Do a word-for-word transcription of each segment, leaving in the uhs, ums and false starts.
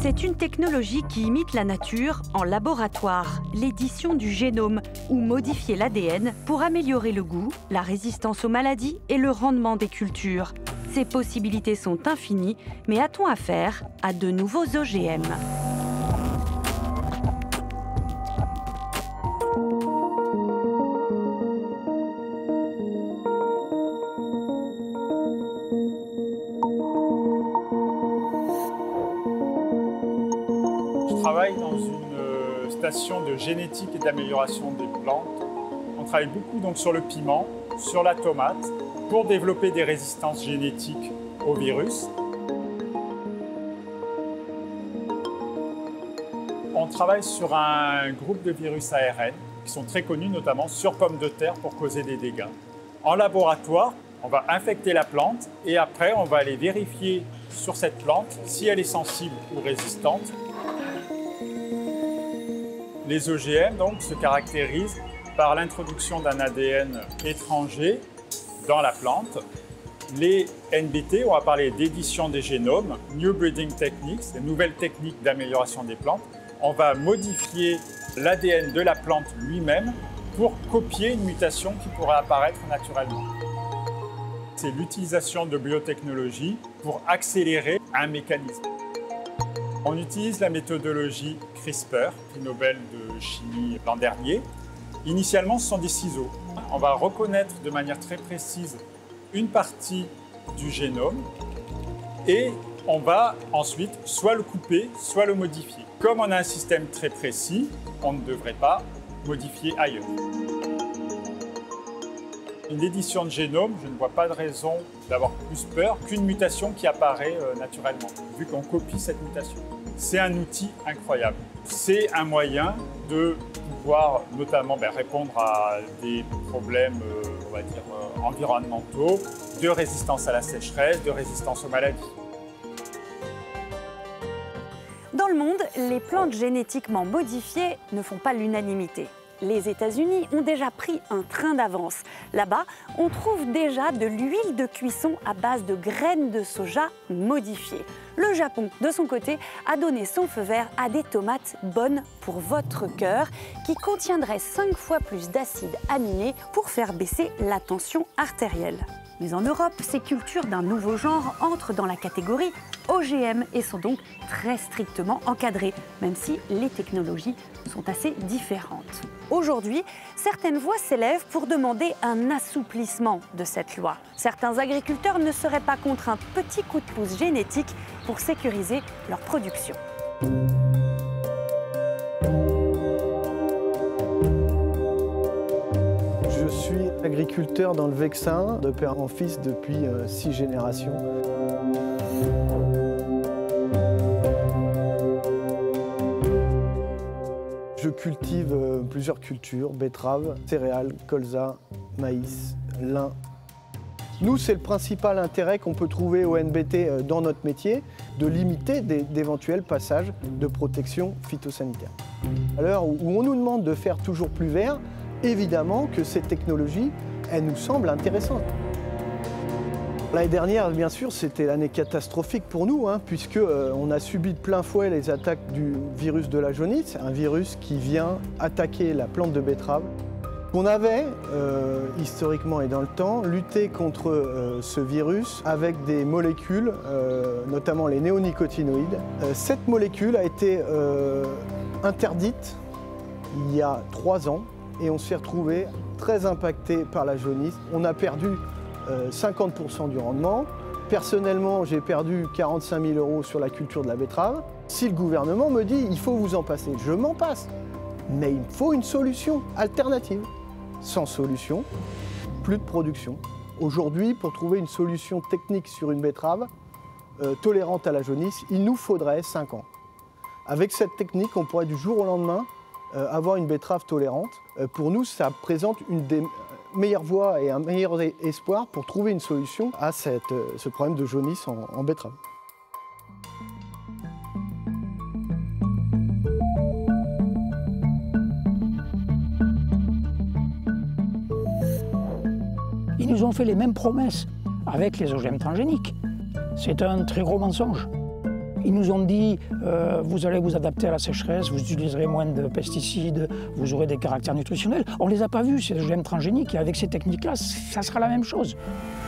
C'est une technologie qui imite la nature en laboratoire, l'édition du génome ou modifier l'A D N pour améliorer le goût, la résistance aux maladies et le rendement des cultures. Ces possibilités sont infinies, mais a-t-on affaire à de nouveaux O G M ? Je travaille dans une station de génétique et d'amélioration des plantes. On travaille beaucoup donc sur le piment, sur la tomate, pour développer des résistances génétiques aux virus. On travaille sur un groupe de virus A R N qui sont très connus, notamment sur pommes de terre pour causer des dégâts. En laboratoire, on va infecter la plante et après on va aller vérifier sur cette plante si elle est sensible ou résistante. Les O G M donc, se caractérisent par l'introduction d'un A D N étranger dans la plante. Les N B T, on va parler d'édition des génomes, New Breeding Techniques, des nouvelles techniques d'amélioration des plantes. On va modifier l'A D N de la plante lui-même pour copier une mutation qui pourrait apparaître naturellement. C'est l'utilisation de biotechnologie pour accélérer un mécanisme. On utilise la méthodologie CRISPR, prix Nobel de chimie l'an dernier. Initialement, ce sont des ciseaux. On va reconnaître de manière très précise une partie du génome et on va ensuite soit le couper, soit le modifier. Comme on a un système très précis, on ne devrait pas modifier ailleurs. Une édition de génome, je ne vois pas de raison d'avoir plus peur qu'une mutation qui apparaît euh, naturellement, vu qu'on copie cette mutation. C'est un outil incroyable. C'est un moyen de pouvoir notamment ben, répondre à des problèmes euh, on va dire, euh, environnementaux, de résistance à la sécheresse, de résistance aux maladies. Dans le monde, les plantes génétiquement modifiées ne font pas l'unanimité. Les États-Unis ont déjà pris un train d'avance. Là-bas, on trouve déjà de l'huile de cuisson à base de graines de soja modifiées. Le Japon, de son côté, a donné son feu vert à des tomates bonnes pour votre cœur, qui contiendraient cinq fois plus d'acides aminés pour faire baisser la tension artérielle. Mais en Europe, ces cultures d'un nouveau genre entrent dans la catégorie O G M et sont donc très strictement encadrées, même si les technologies sont assez différentes. Aujourd'hui, certaines voix s'élèvent pour demander un assouplissement de cette loi. Certains agriculteurs ne seraient pas contre un petit coup de pouce génétique pour sécuriser leur production. Je suis agriculteur dans le Vexin, de père en fils depuis euh, six générations. Je cultive euh, plusieurs cultures, betteraves, céréales, colza, maïs, lin. Nous, c'est le principal intérêt qu'on peut trouver au N B T euh, dans notre métier, de limiter d'éventuels passages de protection phytosanitaire. À l'heure où on nous demande de faire toujours plus vert, évidemment que cette technologie, elle nous semble intéressante. L'année dernière, bien sûr, c'était l'année catastrophique pour nous, hein, puisqu'on euh, a subi de plein fouet les attaques du virus de la jaunisse, un virus qui vient attaquer la plante de betterave. On avait, euh, historiquement et dans le temps, lutté contre euh, ce virus avec des molécules, euh, notamment les néonicotinoïdes. Euh, cette molécule a été euh, interdite il y a trois ans et on s'est retrouvé très impacté par la jaunisse. On a perdu euh, cinquante pour cent du rendement. Personnellement, j'ai perdu quarante-cinq mille euros sur la culture de la betterave. Si le gouvernement me dit il faut vous en passer, je m'en passe. Mais il me faut une solution alternative. Sans solution, plus de production. Aujourd'hui, pour trouver une solution technique sur une betterave euh, tolérante à la jaunisse, il nous faudrait cinq ans. Avec cette technique, on pourrait du jour au lendemain euh, avoir une betterave tolérante. Euh, pour nous, ça présente une des meilleures voies et un meilleur espoir pour trouver une solution à cette, euh, ce problème de jaunisse en, en betterave. Ils nous ont fait les mêmes promesses avec les O G M transgéniques. C'est un très gros mensonge. Ils nous ont dit euh, vous allez vous adapter à la sécheresse, vous utiliserez moins de pesticides, vous aurez des caractères nutritionnels. On ne les a pas vus, ces O G M transgéniques, et avec ces techniques-là, ça sera la même chose.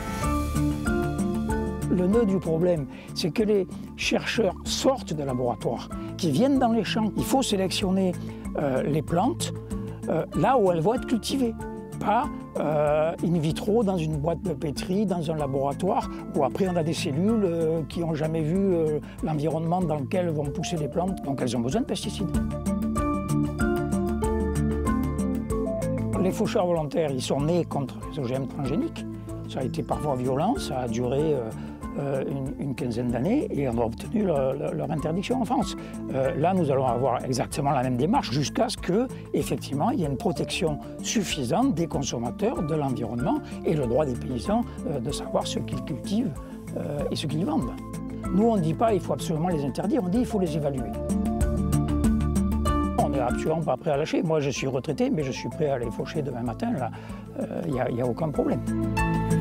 Le nœud du problème, c'est que les chercheurs sortent des laboratoires, qui viennent dans les champs. Il faut sélectionner euh, les plantes euh, là où elles vont être cultivées, pas euh, in vitro dans une boîte de pétri, dans un laboratoire, où après on a des cellules euh, qui n'ont jamais vu euh, l'environnement dans lequel vont pousser les plantes, donc elles ont besoin de pesticides. Les faucheurs volontaires, ils sont nés contre les O G M transgéniques. Ça a été parfois violent, ça a duré euh, euh, une, une quinzaine d'années et on a obtenu leur, leur, leur interdiction en France. Euh, là, nous allons avoir exactement la même démarche jusqu'à ce qu'effectivement, il y ait une protection suffisante des consommateurs, de l'environnement et le droit des paysans euh, de savoir ce qu'ils cultivent euh, et ce qu'ils vendent. Nous, on ne dit pas qu'il faut absolument les interdire, on dit qu'il faut les évaluer. On n'est absolument pas prêt à lâcher. Moi, je suis retraité, mais je suis prêt à aller faucher demain matin. Là, il n'y a, a aucun problème.